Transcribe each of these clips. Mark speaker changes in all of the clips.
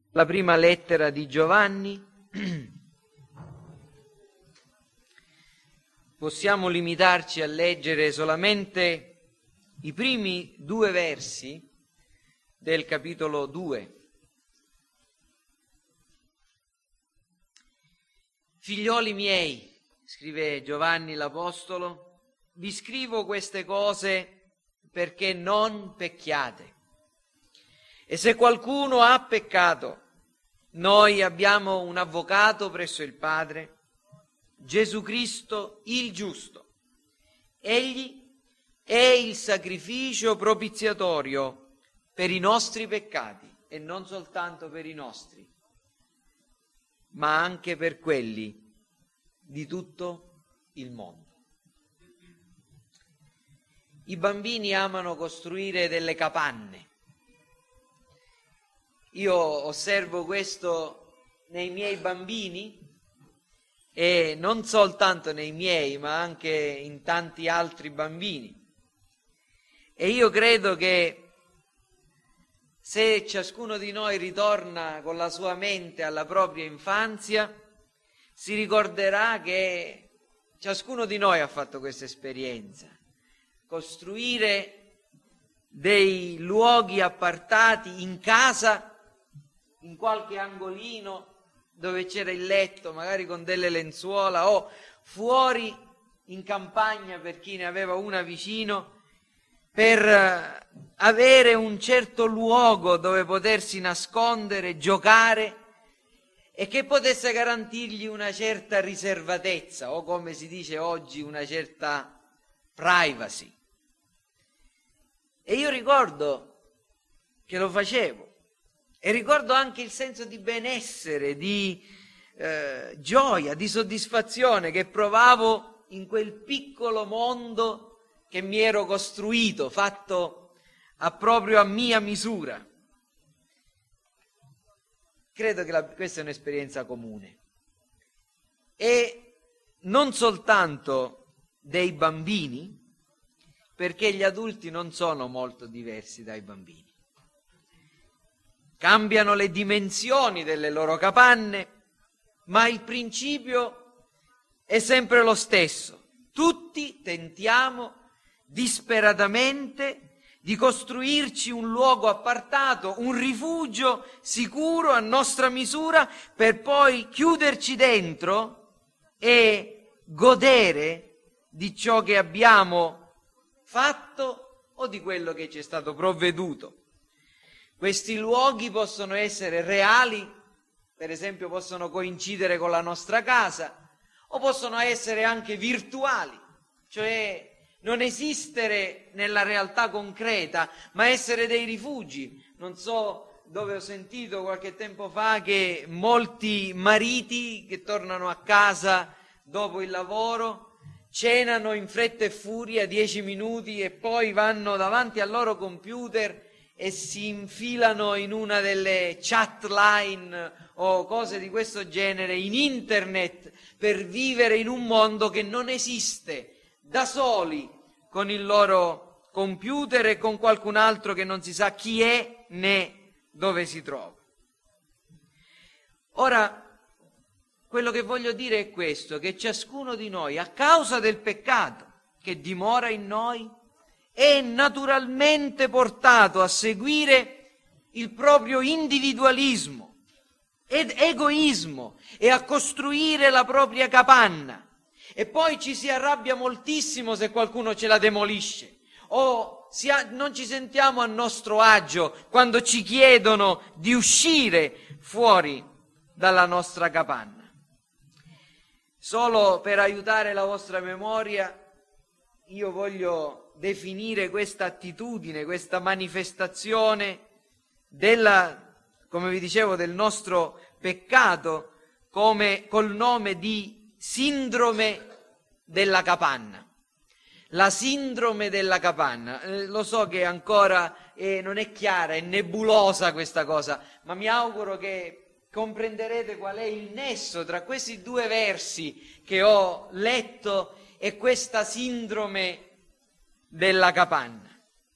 Speaker 1: la prima lettera di Giovanni. Possiamo limitarci a leggere solamente i primi 2 versi del capitolo 2. Figlioli miei, scrive Giovanni l'Apostolo, vi scrivo queste cose perché non pecchiate. E se qualcuno ha peccato, noi abbiamo un avvocato presso il Padre, Gesù Cristo il giusto. Egli è il sacrificio propiziatorio per i nostri peccati, e non soltanto per i nostri, ma anche per quelli di tutto il mondo. I bambini amano costruire delle capanne. Io osservo questo nei miei bambini, e non soltanto nei miei, ma anche in tanti altri bambini. E io credo che se ciascuno di noi ritorna con la sua mente alla propria infanzia, si ricorderà che ciascuno di noi ha fatto questa esperienza. Costruire dei luoghi appartati in casa, in qualche angolino dove c'era il letto, magari con delle lenzuola, o fuori in campagna per chi ne aveva una vicino, per avere un certo luogo dove potersi nascondere, giocare, e che potesse garantirgli una certa riservatezza, o come si dice oggi, una certa privacy. E io ricordo che lo facevo. E ricordo anche il senso di benessere, di gioia, di soddisfazione che provavo in quel piccolo mondo che mi ero costruito, fatto proprio a mia misura. Credo che questa è un'esperienza comune. E non soltanto dei bambini, perché gli adulti non sono molto diversi dai bambini. Cambiano le dimensioni delle loro capanne, ma il principio è sempre lo stesso. Tutti tentiamo disperatamente di costruirci un luogo appartato, un rifugio sicuro a nostra misura, per poi chiuderci dentro e godere di ciò che abbiamo fatto o di quello che ci è stato provveduto. Questi luoghi possono essere reali, per esempio possono coincidere con la nostra casa, o possono essere anche virtuali, cioè non esistere nella realtà concreta, ma essere dei rifugi. Non so dove ho sentito qualche tempo fa che molti mariti che tornano a casa dopo il lavoro cenano in fretta e furia 10 minuti e poi vanno davanti al loro computer e si infilano in una delle chat line o cose di questo genere in internet per vivere in un mondo che non esiste, da soli, con il loro computer e con qualcun altro che non si sa chi è né dove si trova. Ora, quello che voglio dire è questo, che ciascuno di noi, a causa del peccato che dimora in noi, è naturalmente portato a seguire il proprio individualismo ed egoismo e a costruire la propria capanna. E poi ci si arrabbia moltissimo se qualcuno ce la demolisce, o non ci sentiamo a nostro agio quando ci chiedono di uscire fuori dalla nostra capanna. Solo per aiutare la vostra memoria, io voglio definire questa attitudine, questa manifestazione come vi dicevo, del nostro peccato, col nome di sindrome della capanna. La sindrome della capanna. Lo so che ancora non è chiara, è nebulosa questa cosa, ma mi auguro che comprenderete qual è il nesso tra questi 2 versi che ho letto e questa sindrome della capanna.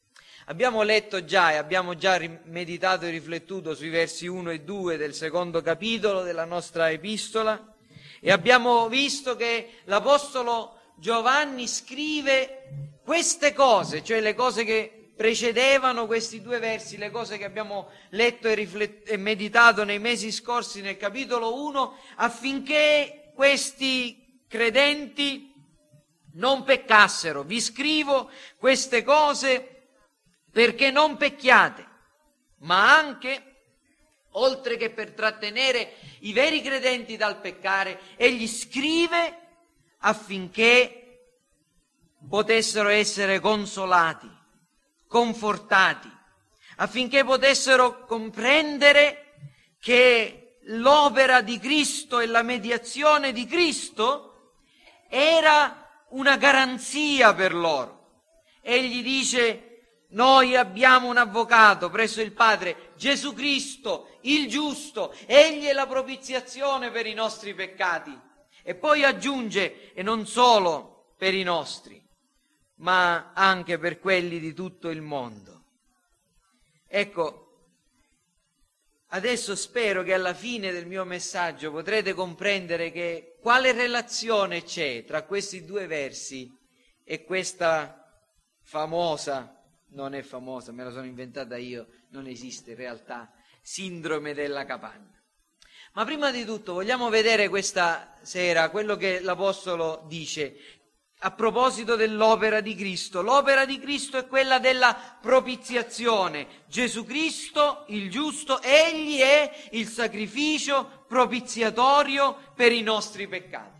Speaker 1: Abbiamo letto già e abbiamo già meditato e riflettuto sui versi 1 e 2 del secondo capitolo della nostra epistola e abbiamo visto che l'Apostolo Giovanni scrive queste cose, cioè le cose che precedevano questi due versi, le cose che abbiamo letto e meditato nei mesi scorsi nel capitolo 1, affinché questi credenti non peccassero. Vi scrivo queste cose perché non pecchiate, ma anche, oltre che per trattenere i veri credenti dal peccare, egli scrive affinché potessero essere consolati, confortati, affinché potessero comprendere che l'opera di Cristo e la mediazione di Cristo era una garanzia per loro. Egli dice: noi abbiamo un avvocato presso il Padre, Gesù Cristo, il giusto, egli è la propiziazione per i nostri peccati. E poi aggiunge: e non solo per i nostri, ma anche per quelli di tutto il mondo. Ecco, adesso spero che alla fine del mio messaggio potrete comprendere che quale relazione c'è tra questi due versi e questa famosa, non è famosa, me la sono inventata io, non esiste in realtà, sindrome della capanna. Ma prima di tutto vogliamo vedere questa sera quello che l'Apostolo dice a proposito dell'opera di Cristo. L'opera di Cristo è quella della propiziazione. Gesù Cristo, il giusto, egli è il sacrificio propiziatorio per i nostri peccati.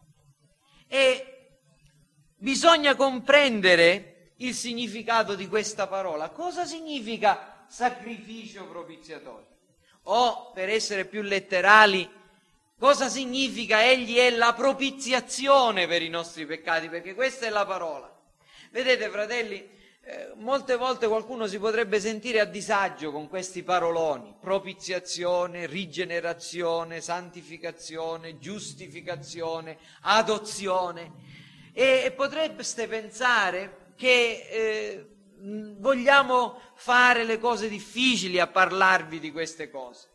Speaker 1: E bisogna comprendere il significato di questa parola. Cosa significa sacrificio propiziatorio? O, per essere più letterali, cosa significa egli è la propiziazione per i nostri peccati? Perché questa è la parola. Vedete, fratelli, molte volte qualcuno si potrebbe sentire a disagio con questi paroloni: propiziazione, rigenerazione, santificazione, giustificazione, adozione. E potreste pensare che vogliamo fare le cose difficili a parlarvi di queste cose.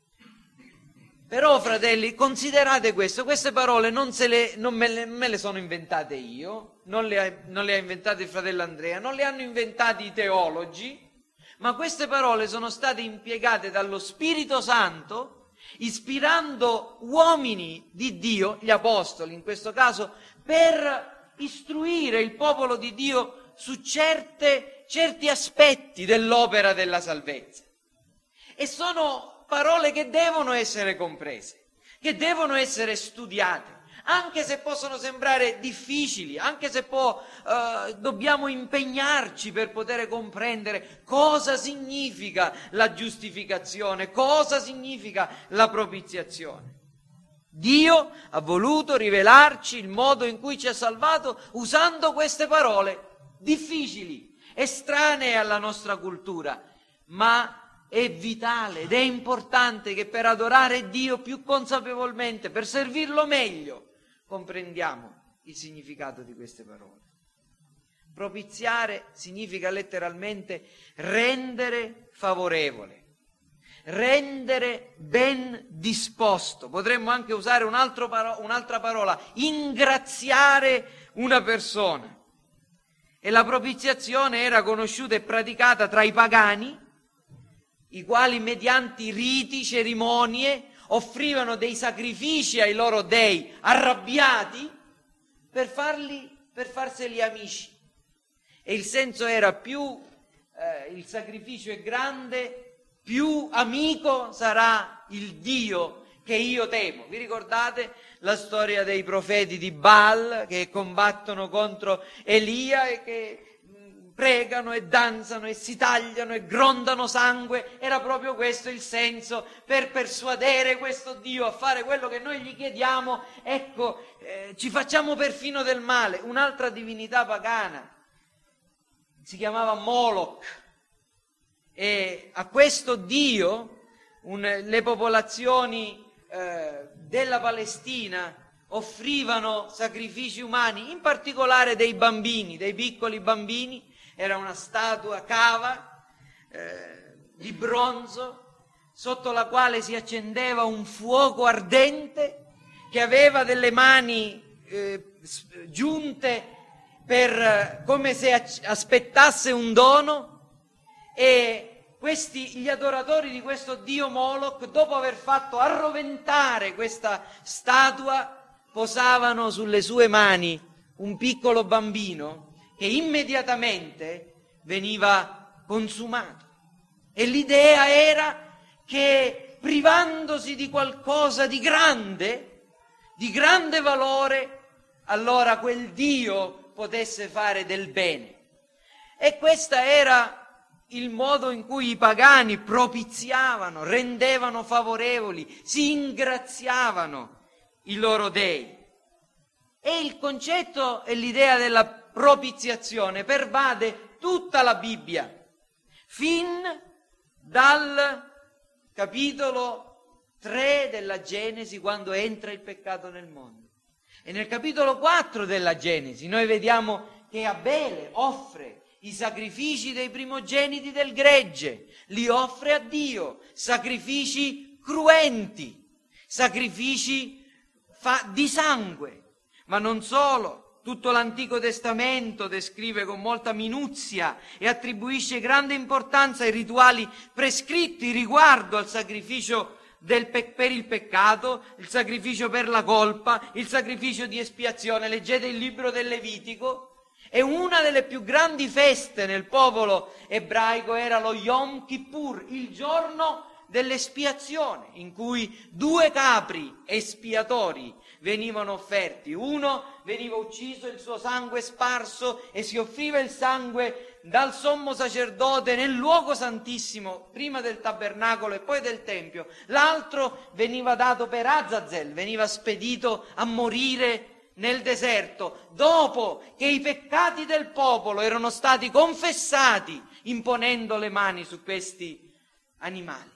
Speaker 1: Però, fratelli, considerate questo: queste parole non me le sono inventate io, non le ha inventate il fratello Andrea, non le hanno inventate i teologi, ma queste parole sono state impiegate dallo Spirito Santo, ispirando uomini di Dio, gli apostoli in questo caso, per istruire il popolo di Dio su certi aspetti dell'opera della salvezza. E sono parole che devono essere comprese, che devono essere studiate, anche se possono sembrare difficili, anche se dobbiamo impegnarci per poter comprendere cosa significa la giustificazione, cosa significa la propiziazione. Dio ha voluto rivelarci il modo in cui ci ha salvato usando queste parole difficili, estranee alla nostra cultura, ma è vitale ed è importante che per adorare Dio più consapevolmente, per servirlo meglio, comprendiamo il significato di queste parole. Propiziare significa letteralmente rendere favorevole, rendere ben disposto. Potremmo anche usare un'altra parola: ingraziare una persona. E la propiziazione era conosciuta e praticata tra i pagani, i quali mediante riti, cerimonie, offrivano dei sacrifici ai loro dei arrabbiati per farseli amici. E il senso era: più il sacrificio è grande, più amico sarà il Dio che io temo. Vi ricordate la storia dei profeti di Baal che combattono contro Elia e che pregano e danzano e si tagliano e grondano sangue? Era proprio questo il senso, per persuadere questo Dio a fare quello che noi gli chiediamo. Ecco, ci facciamo perfino del male. Un'altra divinità pagana si chiamava Moloch, e a questo Dio le popolazioni della Palestina offrivano sacrifici umani, in particolare dei bambini, dei piccoli bambini, Era una statua cava di bronzo sotto la quale si accendeva un fuoco ardente che aveva delle mani giunte come se aspettasse un dono, e gli adoratori di questo dio Moloch, dopo aver fatto arroventare questa statua, posavano sulle sue mani un piccolo bambino che immediatamente veniva consumato. E l'idea era che, privandosi di qualcosa di grande valore, allora quel dio potesse fare del bene. E questo era il modo in cui i pagani propiziavano, rendevano favorevoli, si ingraziavano i loro dei. E il concetto e l'idea della propiziazione pervade tutta la Bibbia, fin dal capitolo 3 della Genesi, quando entra il peccato nel mondo. E nel capitolo 4 della Genesi noi vediamo che Abele offre i sacrifici dei primogeniti del gregge, li offre a Dio, sacrifici cruenti, sacrifici di sangue. Ma non solo, tutto l'Antico Testamento descrive con molta minuzia e attribuisce grande importanza ai rituali prescritti riguardo al sacrificio per il peccato, il sacrificio per la colpa, il sacrificio di espiazione. Leggete il libro del Levitico. E una delle più grandi feste nel popolo ebraico era lo Yom Kippur, il giorno dell'espiazione, in cui 2 capri espiatori venivano offerti. Uno veniva ucciso, il suo sangue sparso, e si offriva il sangue dal sommo sacerdote nel luogo santissimo, prima del tabernacolo e poi del tempio. L'altro veniva dato per Azazel, veniva spedito a morire nel deserto, dopo che i peccati del popolo erano stati confessati, imponendo le mani su questi animali.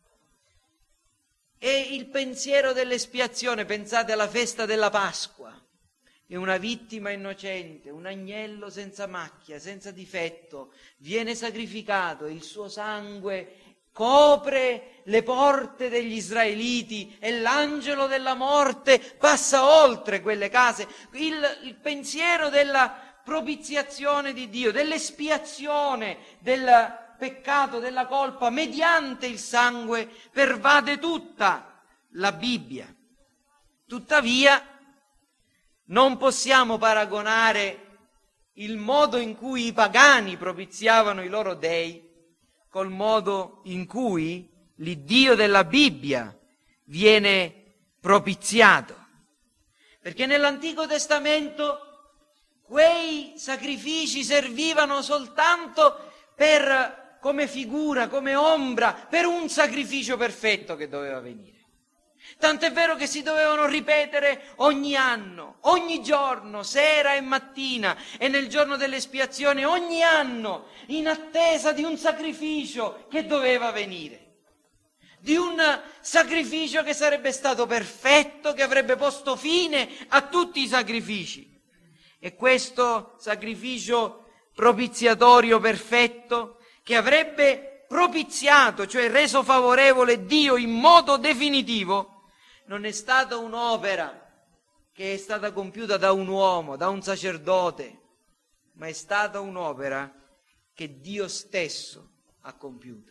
Speaker 1: E il pensiero dell'espiazione, pensate alla festa della Pasqua, e una vittima innocente, un agnello senza macchia, senza difetto, viene sacrificato, il suo sangue copre le porte degli israeliti e l'angelo della morte passa oltre quelle case. Il pensiero della propiziazione di Dio, dell'espiazione del peccato, della colpa mediante il sangue, pervade tutta la Bibbia. Tuttavia non possiamo paragonare il modo in cui i pagani propiziavano i loro dei col modo in cui l'Iddio della Bibbia viene propiziato. Perché nell'Antico Testamento quei sacrifici servivano soltanto come figura, come ombra, per un sacrificio perfetto che doveva venire. Tant'è vero che si dovevano ripetere ogni anno, ogni giorno, sera e mattina, e nel giorno dell'espiazione ogni anno, in attesa di un sacrificio che doveva venire. Di un sacrificio che sarebbe stato perfetto, che avrebbe posto fine a tutti i sacrifici. E questo sacrificio propiziatorio perfetto, che avrebbe propiziato, cioè reso favorevole Dio in modo definitivo, non è stata un'opera che è stata compiuta da un uomo, da un sacerdote, ma è stata un'opera che Dio stesso ha compiuto.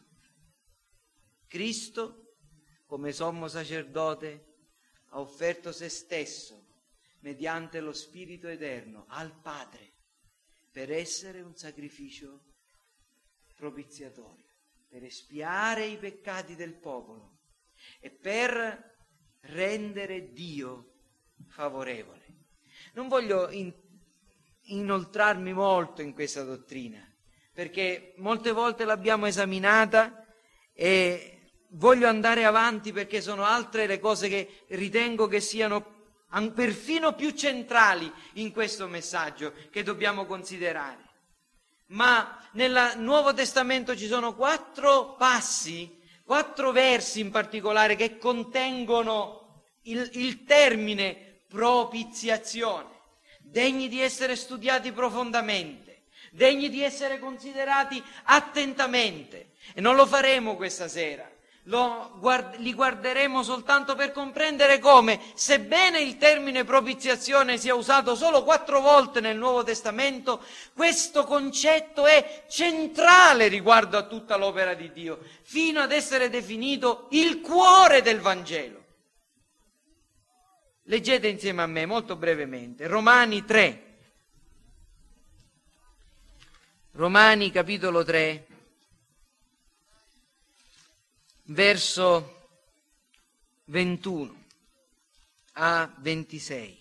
Speaker 1: Cristo, come sommo sacerdote, ha offerto se stesso mediante lo Spirito Eterno al Padre per essere un sacrificio propiziatorio, per espiare i peccati del popolo e per rendere Dio favorevole. Non voglio inoltrarmi molto in questa dottrina, perché molte volte l'abbiamo esaminata e voglio andare avanti, perché sono altre le cose che ritengo che siano perfino più centrali in questo messaggio che dobbiamo considerare. Ma nel Nuovo Testamento ci sono 4 passi, 4 versi in particolare che contengono il termine propiziazione, degni di essere studiati profondamente. degni di essere considerati attentamente. E non lo faremo questa sera. Li guarderemo soltanto per comprendere come, sebbene il termine propiziazione sia usato solo 4 volte nel Nuovo Testamento, questo concetto è centrale riguardo a tutta l'opera di Dio, fino ad essere definito il cuore del Vangelo. Leggete insieme a me molto brevemente Romani 3. Romani capitolo 3. Verso 21 a 26.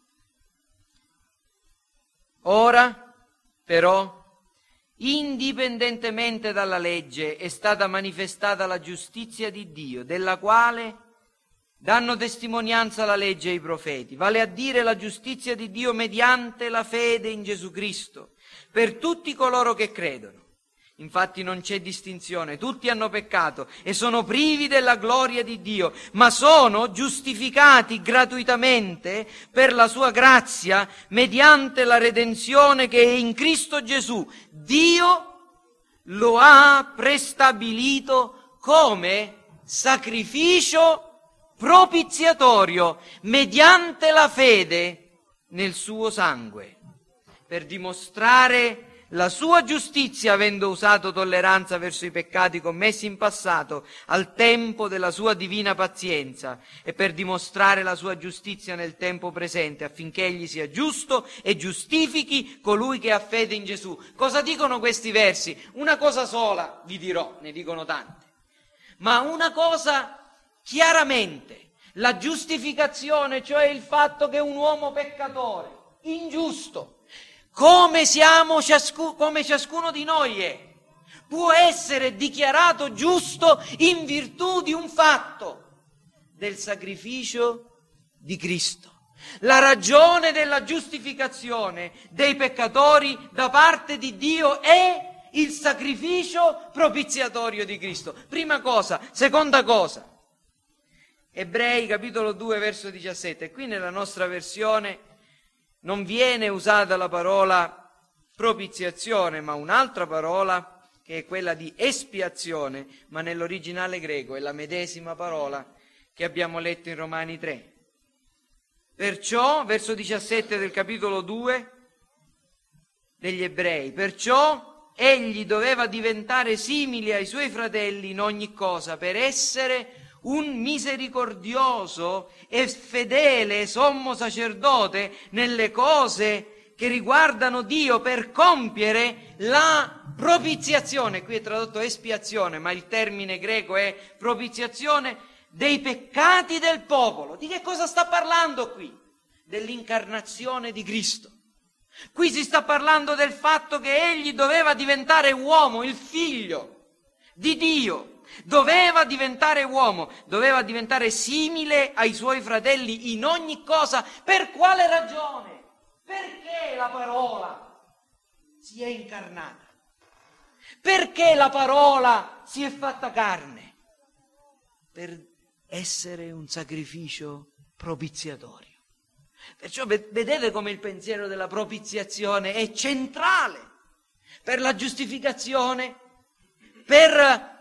Speaker 1: Ora, però, indipendentemente dalla legge è stata manifestata la giustizia di Dio, della quale danno testimonianza la legge e i profeti, vale a dire la giustizia di Dio mediante la fede in Gesù Cristo, per tutti coloro che credono. Infatti non c'è distinzione, tutti hanno peccato e sono privi della gloria di Dio, ma sono giustificati gratuitamente per la sua grazia mediante la redenzione che è in Cristo Gesù. Dio lo ha prestabilito come sacrificio propiziatorio mediante la fede nel suo sangue, per dimostrare la sua giustizia, avendo usato tolleranza verso i peccati commessi in passato, al tempo della sua divina pazienza, e per dimostrare la sua giustizia nel tempo presente, affinché egli sia giusto e giustifichi colui che ha fede in Gesù. Cosa dicono questi versi? Una cosa sola vi dirò, ne dicono tante, ma una cosa chiaramente: la giustificazione, cioè il fatto che un uomo peccatore, ingiusto, come ciascuno di noi è, può essere dichiarato giusto in virtù di un fatto, del sacrificio di Cristo. La ragione della giustificazione dei peccatori da parte di Dio è il sacrificio propiziatorio di Cristo. Prima cosa. Seconda cosa, Ebrei capitolo 2 verso 17. Qui nella nostra versione non viene usata la parola propiziazione, ma un'altra parola che è quella di espiazione, ma nell'originale greco è la medesima parola che abbiamo letto in Romani 3. Perciò, verso 17 del capitolo 2 degli Ebrei, perciò egli doveva diventare simile ai suoi fratelli in ogni cosa, per essere un misericordioso e fedele sommo sacerdote nelle cose che riguardano Dio, per compiere la propiziazione. Qui è tradotto espiazione, ma il termine greco è propiziazione dei peccati del popolo. Di che cosa sta parlando qui? Dell'incarnazione di Cristo. Qui si sta parlando del fatto che egli doveva diventare uomo, il figlio di Dio. Doveva diventare uomo, doveva diventare simile ai suoi fratelli in ogni cosa. Per quale ragione? Perché la parola si è incarnata? Perché la parola si è fatta carne? Per essere un sacrificio propiziatorio. Perciò vedete come il pensiero della propiziazione è centrale per la giustificazione, per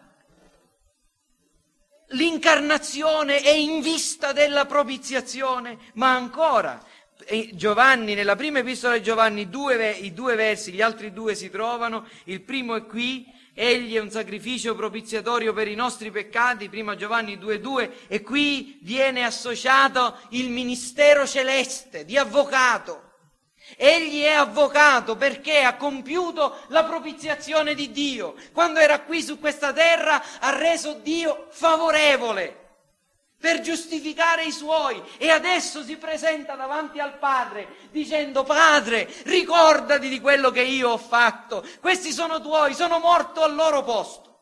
Speaker 1: l'incarnazione è in vista della propiziazione. Ma ancora, Giovanni, nella prima epistola di Giovanni, i due versi, gli altri due si trovano. Il primo è qui: egli è un sacrificio propiziatorio per i nostri peccati, prima Giovanni 2,2, e qui viene associato il ministero celeste di avvocato. Egli è avvocato perché ha compiuto la propiziazione di Dio. Quando era qui su questa terra ha reso Dio favorevole per giustificare i suoi, e adesso si presenta davanti al Padre dicendo: Padre, ricordati di quello che io ho fatto, questi sono tuoi, sono morto al loro posto.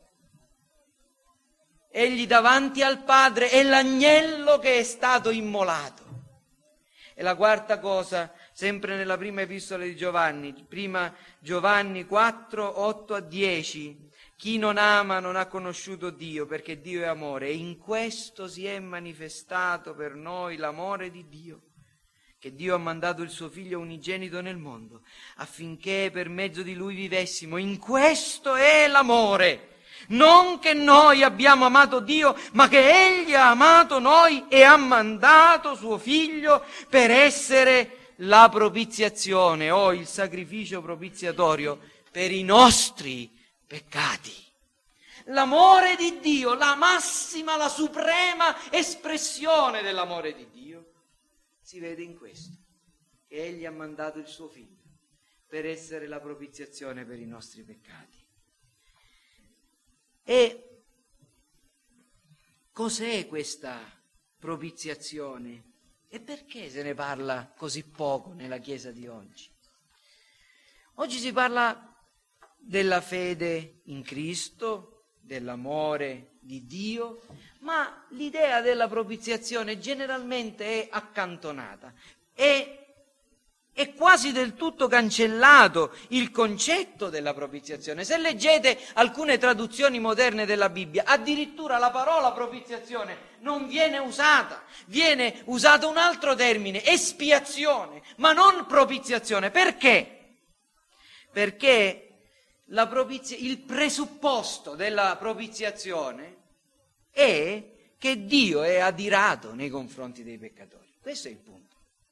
Speaker 1: Egli davanti al Padre è l'agnello che è stato immolato. E la quarta cosa, sempre nella prima epistola di Giovanni, prima Giovanni 4, 8 a 10, chi non ama non ha conosciuto Dio, perché Dio è amore, e in questo si è manifestato per noi l'amore di Dio, che Dio ha mandato il suo Figlio unigenito nel mondo, affinché per mezzo di Lui vivessimo. In questo è l'amore, non che noi abbiamo amato Dio, ma che Egli ha amato noi e ha mandato suo Figlio per essere la propiziazione o il sacrificio propiziatorio per i nostri peccati. L'amore di Dio, la massima, la suprema espressione dell'amore di Dio, si vede in questo, che Egli ha mandato il suo Figlio per essere la propiziazione per i nostri peccati. E cos'è questa propiziazione? E perché se ne parla così poco nella Chiesa di oggi? Oggi si parla della fede in Cristo, dell'amore di Dio, ma l'idea della propiziazione generalmente è accantonata. È quasi del tutto cancellato il concetto della propiziazione. Se leggete alcune traduzioni moderne della Bibbia, addirittura la parola propiziazione non viene usata un altro termine, espiazione, ma non propiziazione. Perché? Perché il presupposto della propiziazione è che Dio è adirato nei confronti dei peccatori. Questo è il punto.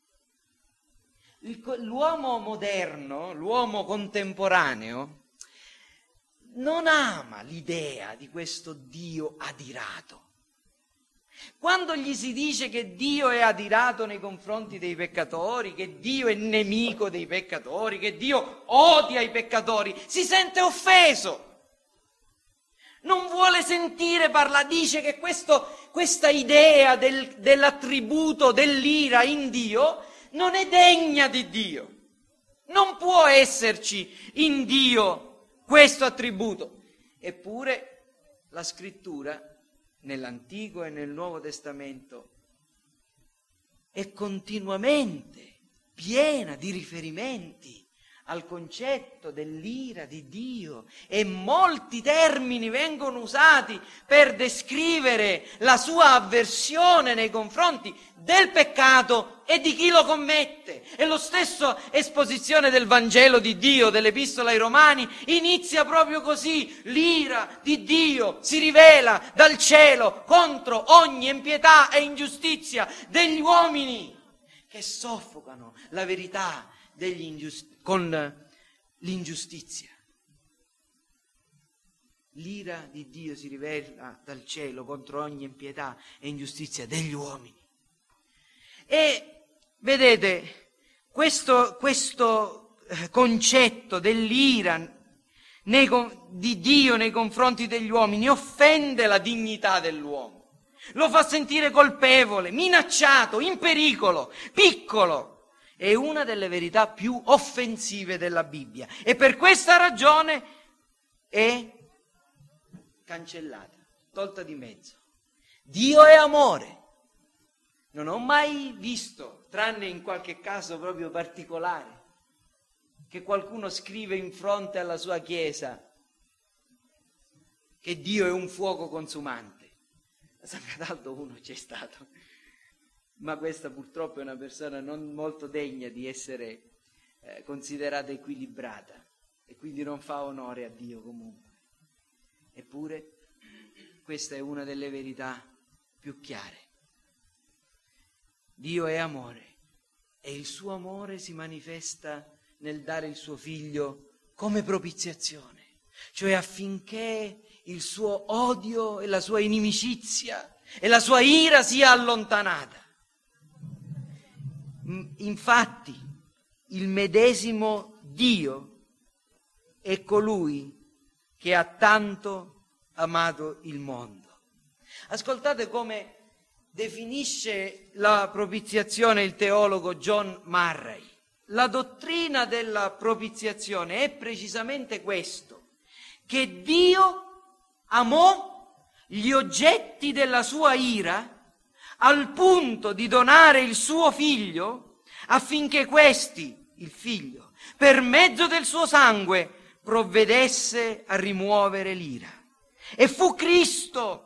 Speaker 1: L'uomo moderno, l'uomo contemporaneo, non ama l'idea di questo Dio adirato. Quando gli si dice che Dio è adirato nei confronti dei peccatori, che Dio è nemico dei peccatori, che Dio odia i peccatori, si sente offeso. Non vuole sentire parlare, dice che questa idea dell'attributo dell'ira in Dio non è degna di Dio. Non può esserci in Dio questo attributo. Eppure la Scrittura, nell'Antico e nel Nuovo Testamento, è continuamente piena di riferimenti al concetto dell'ira di Dio, e molti termini vengono usati per descrivere la sua avversione nei confronti del peccato e di chi lo commette. E lo stesso esposizione del Vangelo di Dio, dell'Epistola ai Romani, inizia proprio così: l'ira di Dio si rivela dal cielo contro ogni impietà e ingiustizia degli uomini che soffocano la verità con l'ingiustizia. L'ira di Dio si rivela dal cielo contro ogni impietà e ingiustizia degli uomini. E vedete, questo concetto dell'ira di Dio nei confronti degli uomini offende la dignità dell'uomo, lo fa sentire colpevole, minacciato, in pericolo, piccolo. È una delle verità più offensive della Bibbia e per questa ragione è cancellata, tolta di mezzo. Dio è amore. Non ho mai visto, tranne in qualche caso proprio particolare, che qualcuno scrive in fronte alla sua chiesa che Dio è un fuoco consumante. A San Cataldo uno c'è stato, ma questa purtroppo è una persona non molto degna di essere considerata equilibrata e quindi non fa onore a Dio comunque. Eppure questa è una delle verità più chiare. Dio è amore e il suo amore si manifesta nel dare il suo Figlio come propiziazione, cioè affinché il suo odio e la sua inimicizia e la sua ira sia allontanata. Infatti, il medesimo Dio è colui che ha tanto amato il mondo. Ascoltate come definisce la propiziazione il teologo John Murray. La dottrina della propiziazione è precisamente questo, che Dio amò gli oggetti della sua ira al punto di donare il suo Figlio affinché questi, il Figlio, per mezzo del suo sangue provvedesse a rimuovere l'ira. E fu Cristo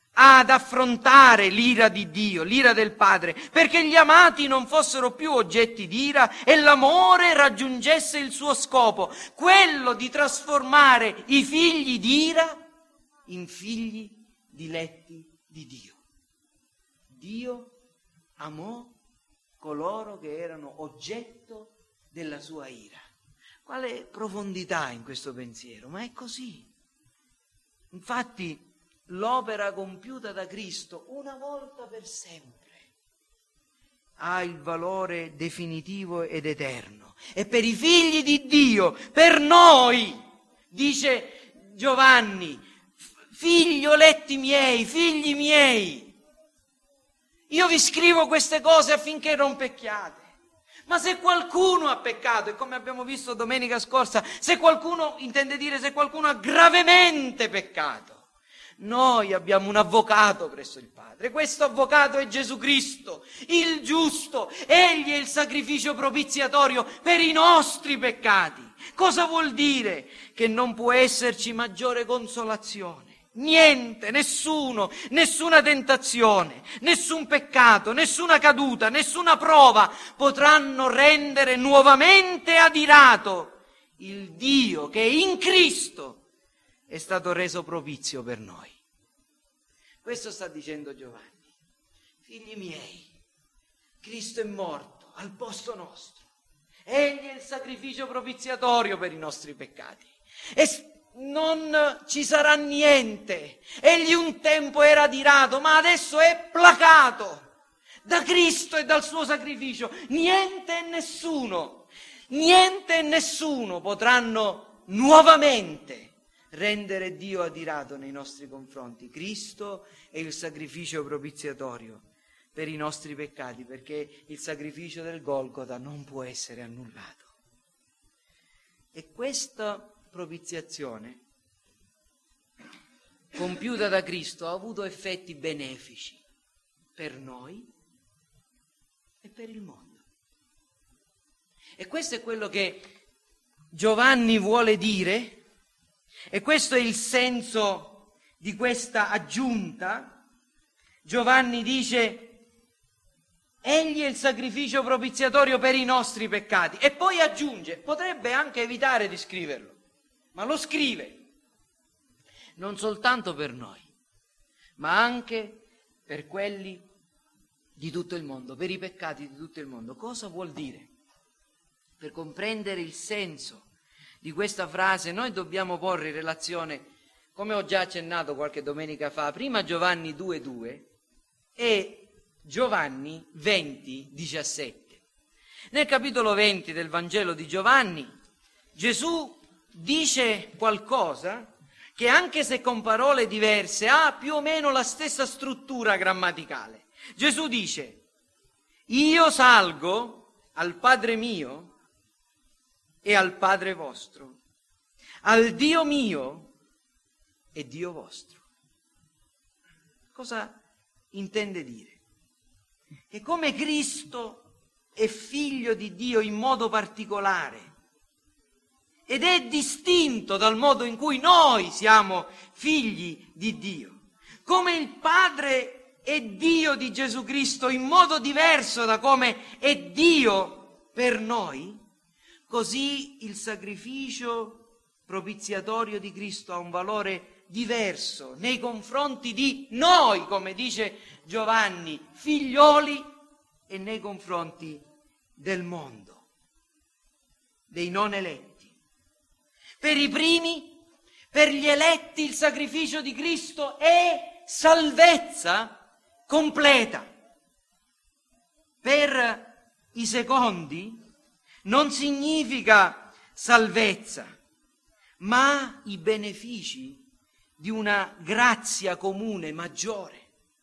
Speaker 1: ad affrontare l'ira di Dio, l'ira del Padre, perché gli amati non fossero più oggetti di ira e l'amore raggiungesse il suo scopo, quello di trasformare i figli di ira in figli diletti di Dio. Dio amò coloro che erano oggetto della sua ira. Quale profondità in questo pensiero? Ma è così. Infatti, l'opera compiuta da Cristo una volta per sempre ha il valore definitivo ed eterno. E per i figli di Dio, per noi, dice Giovanni, figlioletti miei, figli miei, io vi scrivo queste cose affinché non pecchiate. Ma se qualcuno ha peccato, e come abbiamo visto domenica scorsa, se qualcuno, intende dire se qualcuno ha gravemente peccato, noi abbiamo un avvocato presso il Padre. Questo avvocato è Gesù Cristo, il giusto. Egli è il sacrificio propiziatorio per i nostri peccati. Cosa vuol dire? Che non può esserci maggiore consolazione. Niente, nessuno, nessuna tentazione, nessun peccato, nessuna caduta, nessuna prova potranno rendere nuovamente adirato il Dio che in Cristo è stato reso propizio per noi. Questo sta dicendo Giovanni. Figli miei, Cristo è morto al posto nostro. Egli è il sacrificio propiziatorio per i nostri peccati. E non ci sarà niente. Egli un tempo era adirato, ma adesso è placato da Cristo e dal suo sacrificio. Niente e nessuno potranno nuovamente rendere Dio adirato nei nostri confronti. Cristo è il sacrificio propiziatorio per i nostri peccati, perché il sacrificio del Golgota non può essere annullato. E questa propiziazione compiuta da Cristo ha avuto effetti benefici per noi e per il mondo. E questo è quello che Giovanni vuole dire. E questo è il senso di questa aggiunta. Giovanni dice: egli è il sacrificio propiziatorio per i nostri peccati. E poi aggiunge, potrebbe anche evitare di scriverlo, ma lo scrive, non soltanto per noi, ma anche per quelli di tutto il mondo, per i peccati di tutto il mondo. Cosa vuol dire? Per comprendere il senso di questa frase noi dobbiamo porre in relazione, come ho già accennato qualche domenica fa, prima Giovanni 2,2 e Giovanni 20,17. Nel capitolo 20 del Vangelo di Giovanni Gesù dice qualcosa che, anche se con parole diverse, ha più o meno la stessa struttura grammaticale. Gesù dice: io salgo al Padre mio e al Padre vostro, al Dio mio e Dio vostro. Cosa intende dire? Che come Cristo è figlio di Dio in modo particolare ed è distinto dal modo in cui noi siamo figli di Dio, come il Padre è Dio di Gesù Cristo in modo diverso da come è Dio per noi, così il sacrificio propiziatorio di Cristo ha un valore diverso nei confronti di noi, come dice Giovanni, figlioli, e nei confronti del mondo, dei non eletti. Per i primi, per gli eletti, il sacrificio di Cristo è salvezza completa. Per i secondi non significa salvezza, ma i benefici di una grazia comune maggiore.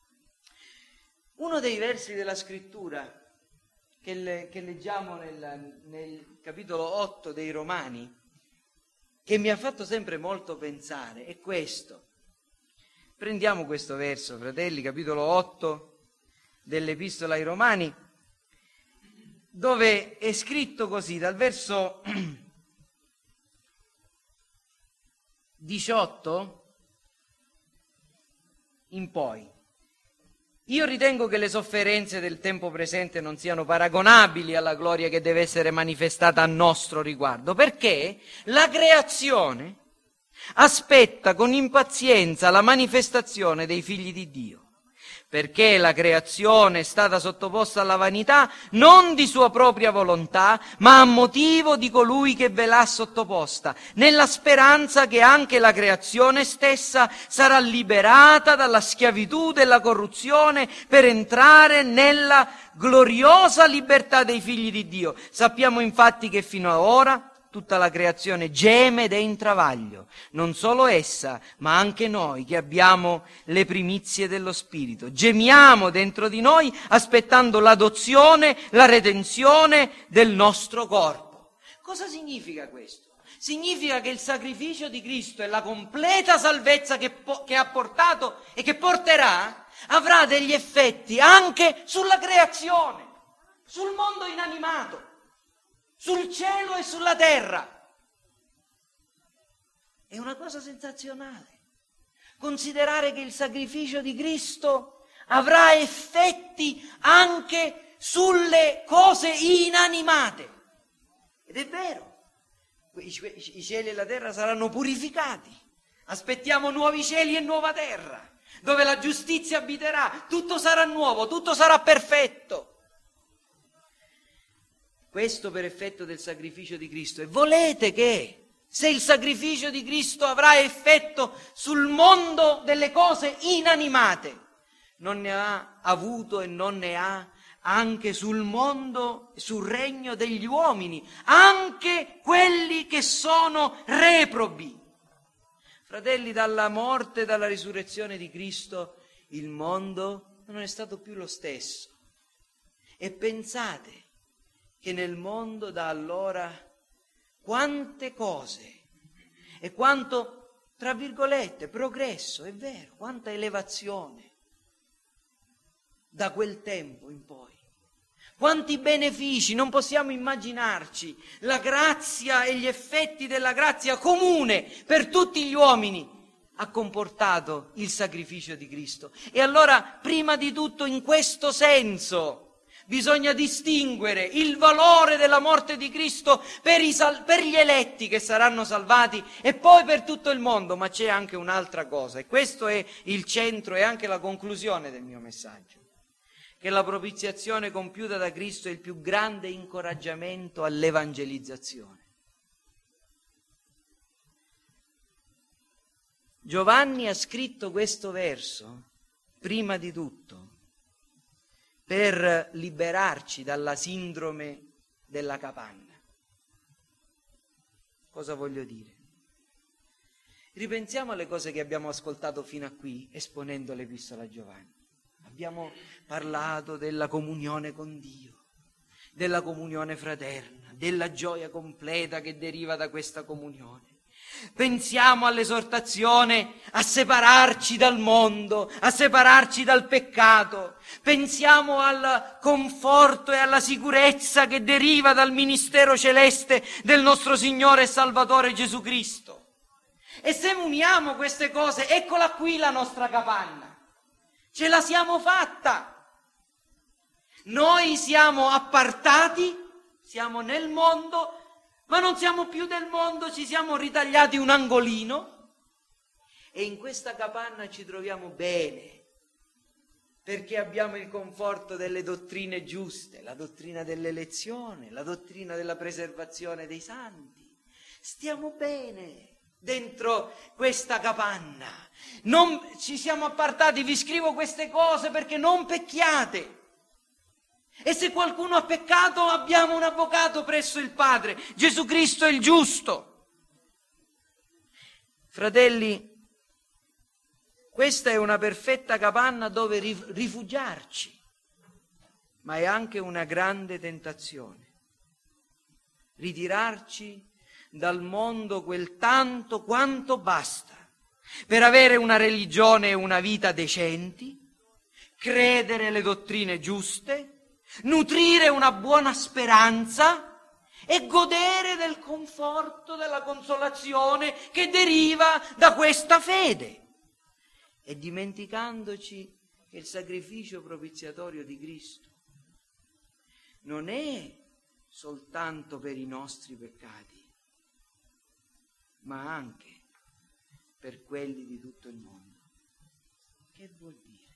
Speaker 1: Uno dei versi della scrittura che leggiamo nel capitolo 8 dei Romani, che mi ha fatto sempre molto pensare, è questo. Prendiamo questo verso, fratelli, capitolo 8 dell'Epistola ai Romani, dove è scritto così, dal verso 18 in poi. Io ritengo che le sofferenze del tempo presente non siano paragonabili alla gloria che deve essere manifestata a nostro riguardo, perché la creazione aspetta con impazienza la manifestazione dei figli di Dio, perché la creazione è stata sottoposta alla vanità non di sua propria volontà, ma a motivo di colui che ve l'ha sottoposta, nella speranza che anche la creazione stessa sarà liberata dalla schiavitù della corruzione per entrare nella gloriosa libertà dei figli di Dio. Sappiamo infatti che fino ad ora tutta la creazione geme ed è in travaglio, non solo essa, ma anche noi che abbiamo le primizie dello Spirito. Gemiamo dentro di noi aspettando l'adozione, la redenzione del nostro corpo. Cosa significa questo? Significa che il sacrificio di Cristo e la completa salvezza che ha portato e che porterà avrà degli effetti anche sulla creazione, sul mondo inanimato, sul cielo e sulla terra. È una cosa sensazionale considerare che il sacrificio di Cristo avrà effetti anche sulle cose inanimate. Ed è vero, i cieli e la terra saranno purificati. Aspettiamo nuovi cieli e nuova terra, dove la giustizia abiterà, tutto sarà nuovo, tutto sarà perfetto. Questo per effetto del sacrificio di Cristo. E volete che, se il sacrificio di Cristo avrà effetto sul mondo delle cose inanimate, non ne ha avuto e non ne ha anche sul mondo, sul regno degli uomini, anche quelli che sono reprobi. Fratelli, dalla morte e dalla risurrezione di Cristo, il mondo non è stato più lo stesso. E pensate che nel mondo da allora quante cose e quanto, tra virgolette, progresso, è vero, quanta elevazione da quel tempo in poi. Quanti benefici, non possiamo immaginarci la grazia e gli effetti della grazia comune per tutti gli uomini ha comportato il sacrificio di Cristo. E allora, prima di tutto, in questo senso, bisogna distinguere il valore della morte di Cristo per gli eletti che saranno salvati e poi per tutto il mondo. Ma c'è anche un'altra cosa, e questo è il centro e anche la conclusione del mio messaggio, che la propiziazione compiuta da Cristo è il più grande incoraggiamento all'evangelizzazione. Giovanni ha scritto questo verso, prima di tutto, per liberarci dalla sindrome della capanna. Cosa voglio dire? Ripensiamo alle cose che abbiamo ascoltato fino a qui, esponendo l'Epistola a Giovanni. Abbiamo parlato della comunione con Dio, della comunione fraterna, della gioia completa che deriva da questa comunione. Pensiamo all'esortazione a separarci dal mondo, a separarci dal peccato. Pensiamo al conforto e alla sicurezza che deriva dal ministero celeste del nostro Signore e Salvatore Gesù Cristo. E se uniamo queste cose, eccola qui la nostra capanna. Ce la siamo fatta. Noi siamo appartati, siamo nel mondo, ma non siamo più del mondo, ci siamo ritagliati un angolino e in questa capanna ci troviamo bene, perché abbiamo il conforto delle dottrine giuste, la dottrina dell'elezione, la dottrina della preservazione dei santi. Stiamo bene dentro questa capanna, non ci siamo appartati, vi scrivo queste cose perché non pecchiate. E se qualcuno ha peccato, abbiamo un avvocato presso il Padre, Gesù Cristo il giusto. Fratelli, questa è una perfetta capanna dove rifugiarci, ma è anche una grande tentazione. Ritirarci dal mondo quel tanto quanto basta per avere una religione e una vita decenti, credere le dottrine giuste, nutrire una buona speranza e godere del conforto, della consolazione che deriva da questa fede. e dimenticandoci che il sacrificio propiziatorio di Cristo non è soltanto per i nostri peccati, ma anche per quelli di tutto il mondo. Che vuol dire?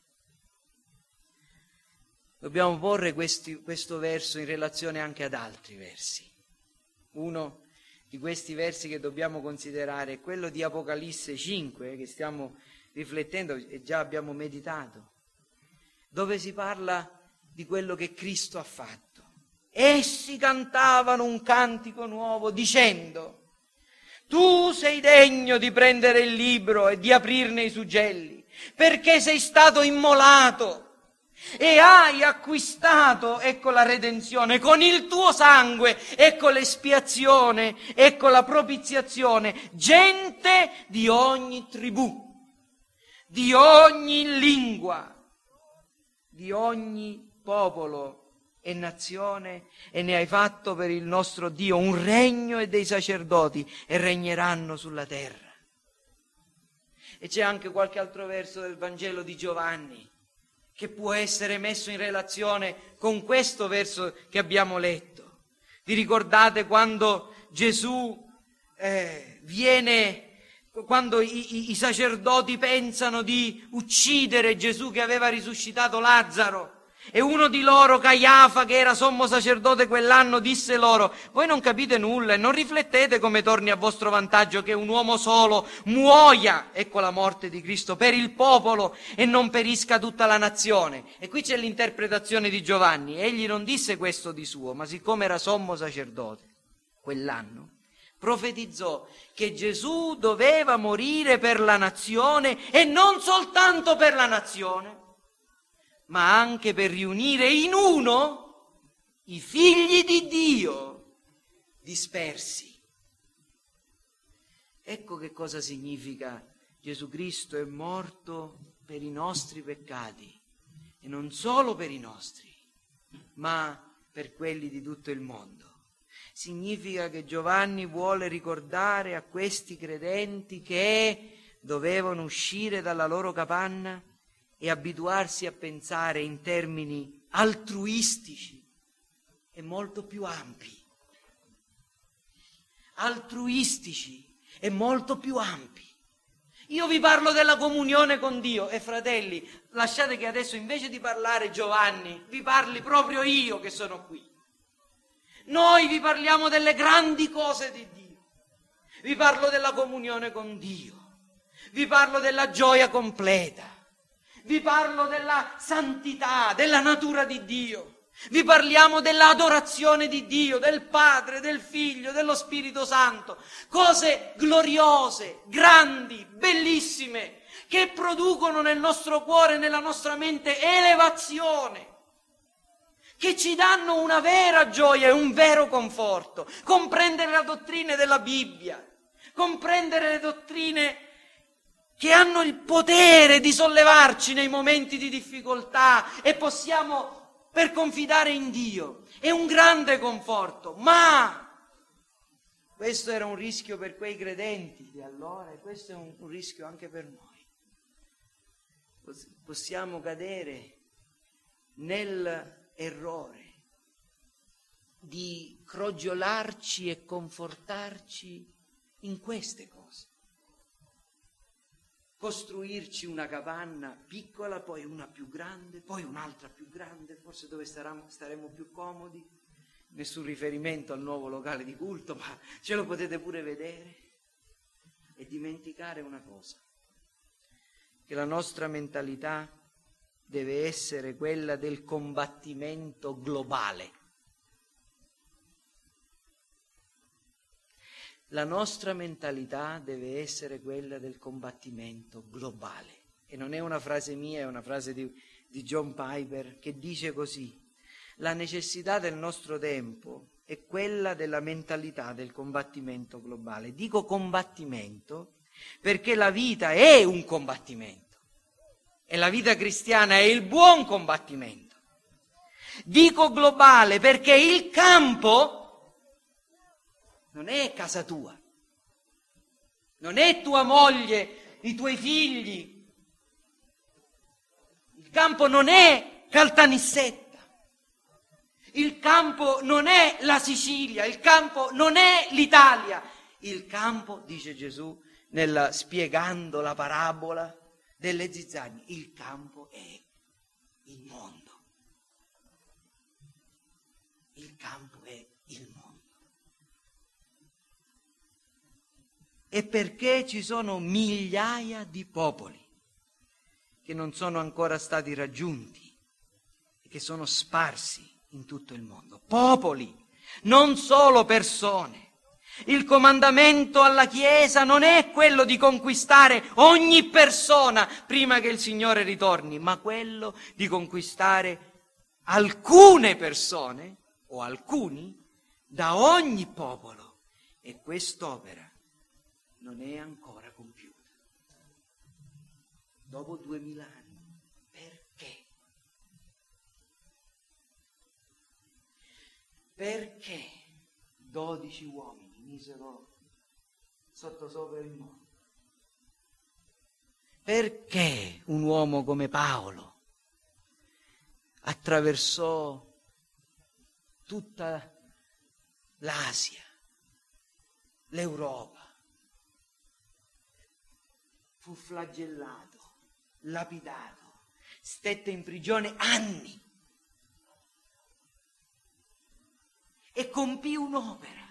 Speaker 1: Dobbiamo porre questo verso in relazione anche ad altri versi. Uno di questi versi che dobbiamo considerare è quello di Apocalisse 5, che stiamo riflettendo e già abbiamo meditato, dove si parla di quello che Cristo ha fatto. Essi cantavano un cantico nuovo dicendo: tu sei degno di prendere il libro e di aprirne i suggelli, perché sei stato immolato e hai acquistato, ecco la redenzione, con il tuo sangue, ecco l'espiazione, ecco la propiziazione, gente di ogni tribù, di ogni lingua, di ogni popolo e nazione, e ne hai fatto per il nostro Dio un regno e dei sacerdoti, e regneranno sulla terra. E c'è anche qualche altro verso del Vangelo di Giovanni che può essere messo in relazione con questo verso che abbiamo letto. Vi ricordate quando Gesù quando i sacerdoti pensano di uccidere Gesù che aveva risuscitato Lazzaro? E uno di loro, Caiafa, che era sommo sacerdote quell'anno, disse loro: voi non capite nulla e non riflettete come torni a vostro vantaggio che un uomo solo muoia, ecco la morte di Cristo, per il popolo e non perisca tutta la nazione. E qui c'è l'interpretazione di Giovanni. Egli non disse questo di suo, ma siccome era sommo sacerdote quell'anno, profetizzò che Gesù doveva morire per la nazione, e non soltanto per la nazione, ma anche per riunire in uno i figli di Dio dispersi. Ecco che cosa significa: Gesù Cristo è morto per i nostri peccati, e non solo per i nostri, ma per quelli di tutto il mondo. Significa che Giovanni vuole ricordare a questi credenti che dovevano uscire dalla loro capanna e abituarsi a pensare in termini altruistici e molto più ampi. Altruistici e molto più ampi. Io vi parlo della comunione con Dio, e fratelli, lasciate che adesso invece di parlare Giovanni, vi parli proprio io che sono qui. Noi vi parliamo delle grandi cose di Dio. Vi parlo della comunione con Dio. Vi parlo della gioia completa. Vi parlo della santità, della natura di Dio. Vi parliamo dell'adorazione di Dio, del Padre, del Figlio, dello Spirito Santo. Cose gloriose, grandi, bellissime, che producono nel nostro cuore, nella nostra mente, elevazione, che ci danno una vera gioia e un vero conforto. Comprendere la dottrina della Bibbia, comprendere le dottrine che hanno il potere di sollevarci nei momenti di difficoltà, e possiamo per confidare in Dio. È un grande conforto, ma questo era un rischio per quei credenti di allora, e questo è un rischio anche per noi. Possiamo cadere nell'errore di crogiolarci e confortarci in queste cose. Costruirci una capanna piccola, poi una più grande, poi un'altra più grande, forse dove staremo più comodi. Nessun riferimento al nuovo locale di culto, ma ce lo potete pure vedere. E dimenticare una cosa: che la nostra mentalità deve essere quella del combattimento globale. La nostra mentalità deve essere quella del combattimento globale. E non è una frase mia, è una frase di John Piper, che dice così: la necessità del nostro tempo è quella della mentalità del combattimento globale. Dico combattimento perché la vita è un combattimento, e la vita cristiana è il buon combattimento. Dico globale perché il campo non è casa tua, non è tua moglie, i tuoi figli, campo non è Caltanissetta, il campo non è la Sicilia, il campo non è l'Italia, il campo, dice Gesù spiegando la parabola delle zizzagne, il campo è il mondo. Il campo è il mondo. E perché ci sono migliaia di popoli che non sono ancora stati raggiunti e che sono sparsi in tutto il mondo. Popoli, non solo persone. Il comandamento alla Chiesa non è quello di conquistare ogni persona prima che il Signore ritorni, ma quello di conquistare alcune persone o alcuni da ogni popolo. E quest'opera non è ancora compiuta. Dopo 2000 anni. Perché? Perché 12 uomini misero sottosopra il mondo? Perché un uomo come Paolo attraversò tutta l'Asia, l'Europa, fu flagellato, lapidato, stette in prigione anni e compì un'opera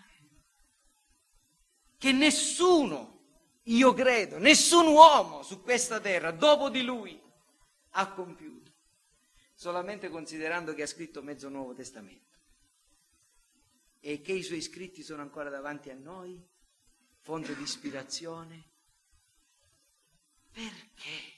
Speaker 1: che nessuno, io credo, nessun uomo su questa terra dopo di lui ha compiuto, solamente considerando che ha scritto mezzo Nuovo Testamento e che i suoi scritti sono ancora davanti a noi, fonte di ispirazione. Perché?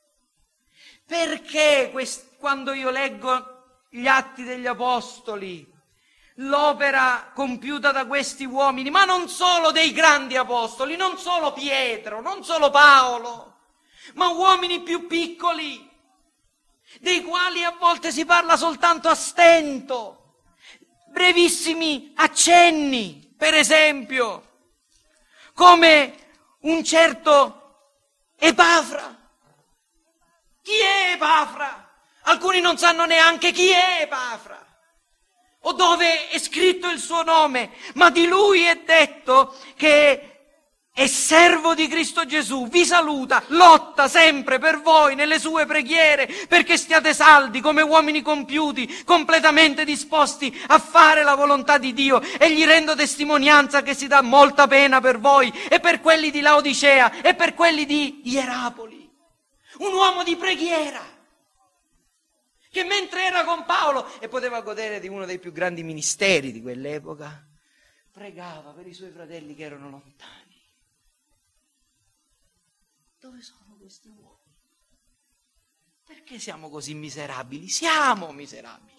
Speaker 1: Perché quando io leggo gli Atti degli Apostoli, l'opera compiuta da questi uomini, ma non solo dei grandi apostoli, non solo Pietro, non solo Paolo, ma uomini più piccoli, dei quali a volte si parla soltanto a stento, brevissimi accenni, per esempio, come un certo Epafra. Chi è Epafra? Alcuni non sanno neanche chi è Epafra o dove è scritto il suo nome, ma di lui è detto che è servo di Cristo Gesù, vi saluta, lotta sempre per voi nelle sue preghiere perché stiate saldi come uomini compiuti, completamente disposti a fare la volontà di Dio, e gli rendo testimonianza che si dà molta pena per voi e per quelli di Laodicea e per quelli di Ierapoli. Un uomo di preghiera che mentre era con Paolo e poteva godere di uno dei più grandi ministeri di quell'epoca, pregava per i suoi fratelli che erano lontani. Dove sono questi uomini? Perché siamo così miserabili? Siamo miserabili.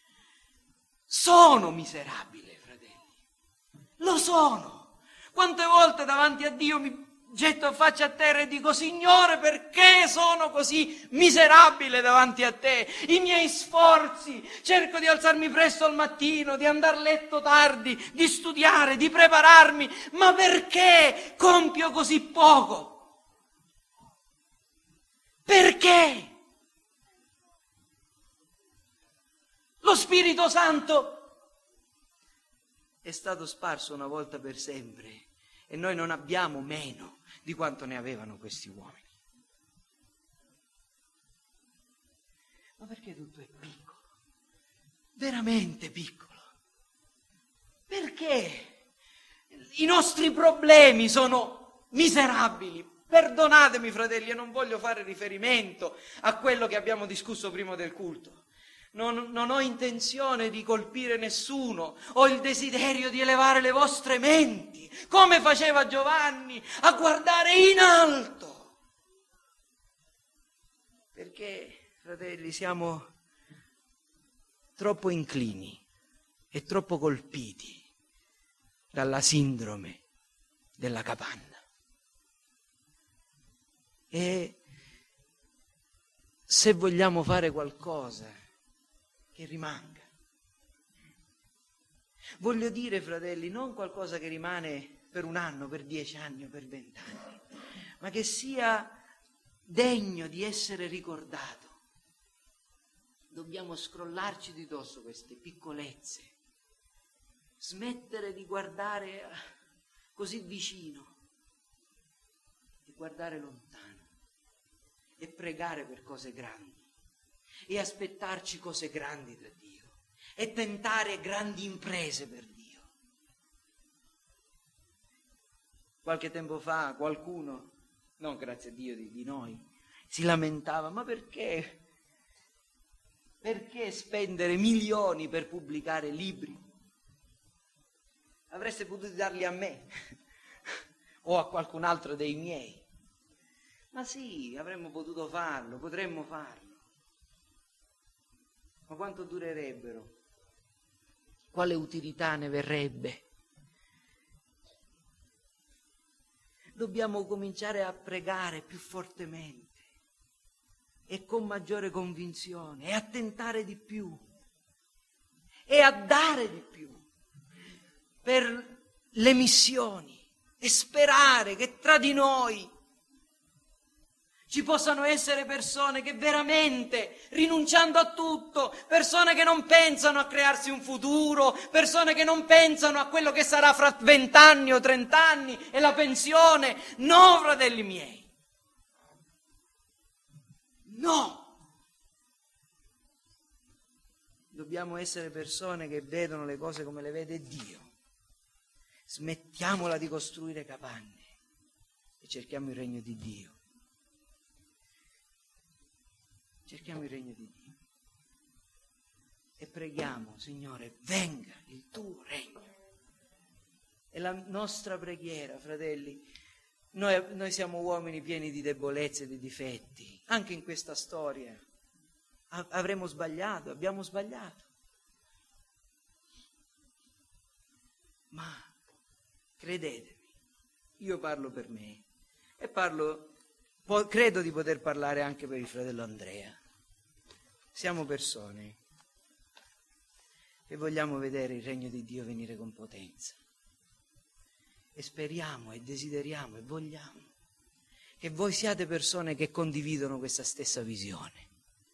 Speaker 1: Sono miserabile, fratelli. Lo sono. Quante volte davanti a Dio mi getto a faccia a terra e dico: Signore, perché sono così miserabile davanti a te? I miei sforzi, cerco di alzarmi presto al mattino, di andare a letto tardi, di studiare, di prepararmi, ma perché compio così poco? Perché? Lo Spirito Santo è stato sparso una volta per sempre e noi non abbiamo meno di quanto ne avevano questi uomini. Ma perché tutto è piccolo? Veramente piccolo. Perché i nostri problemi sono miserabili? Perdonatemi, fratelli, io non voglio fare riferimento a quello che abbiamo discusso prima del culto. Non ho intenzione di colpire nessuno, ho il desiderio di elevare le vostre menti, come faceva Giovanni, a guardare in alto. Perché, fratelli, siamo troppo inclini e troppo colpiti dalla sindrome della capanna. E se vogliamo fare qualcosa che rimanga, voglio dire, fratelli, non qualcosa che rimane per un anno, per 10 anni o per 20 anni, ma che sia degno di essere ricordato Dobbiamo scrollarci di dosso queste piccolezze, smettere di guardare così vicino e guardare lontano e pregare per cose grandi e aspettarci cose grandi da Dio e tentare grandi imprese per Dio. Qualche tempo fa qualcuno, non grazie a Dio di noi, si lamentava: ma perché? Perché spendere milioni per pubblicare libri? Avreste potuto darli a me o a qualcun altro dei miei. Ma sì, avremmo potuto farlo, potremmo farlo. Ma quanto durerebbero? Quale utilità ne verrebbe? Dobbiamo cominciare a pregare più fortemente e con maggiore convinzione, e a tentare di più, e a dare di più per le missioni, e sperare che tra di noi ci possano essere persone che veramente, rinunciando a tutto, persone che non pensano a crearsi un futuro, persone che non pensano a quello che sarà fra 20 anni o 30 anni e la pensione. No, fratelli miei. No! Dobbiamo essere persone che vedono le cose come le vede Dio. Smettiamola di costruire capanne e cerchiamo il regno di Dio. Cerchiamo il regno di Dio. E preghiamo: Signore, venga il tuo regno. E la nostra preghiera, fratelli, noi siamo uomini pieni di debolezze e di difetti. Anche in questa storia avremo sbagliato, abbiamo sbagliato. Ma credetemi, io parlo per me e credo di poter parlare anche per il fratello Andrea. Siamo persone che vogliamo vedere il regno di Dio venire con potenza. E speriamo e desideriamo e vogliamo che voi siate persone che condividono questa stessa visione.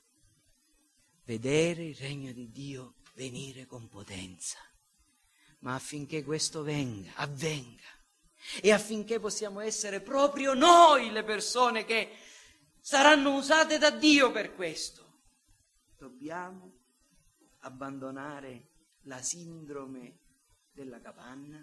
Speaker 1: Vedere il regno di Dio venire con potenza. Ma affinché questo avvenga, e affinché possiamo essere proprio noi le persone che saranno usate da Dio per questo, dobbiamo abbandonare la sindrome della capanna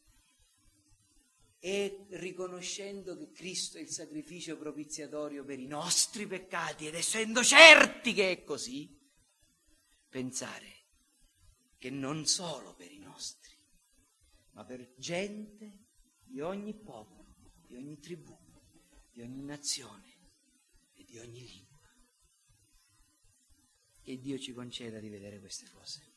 Speaker 1: e, riconoscendo che Cristo è il sacrificio propiziatorio per i nostri peccati ed essendo certi che è così, pensare che non solo per i nostri, ma per gente di ogni popolo, di ogni tribù, di ogni nazione e di ogni lingua. Che Dio ci conceda di vedere queste cose.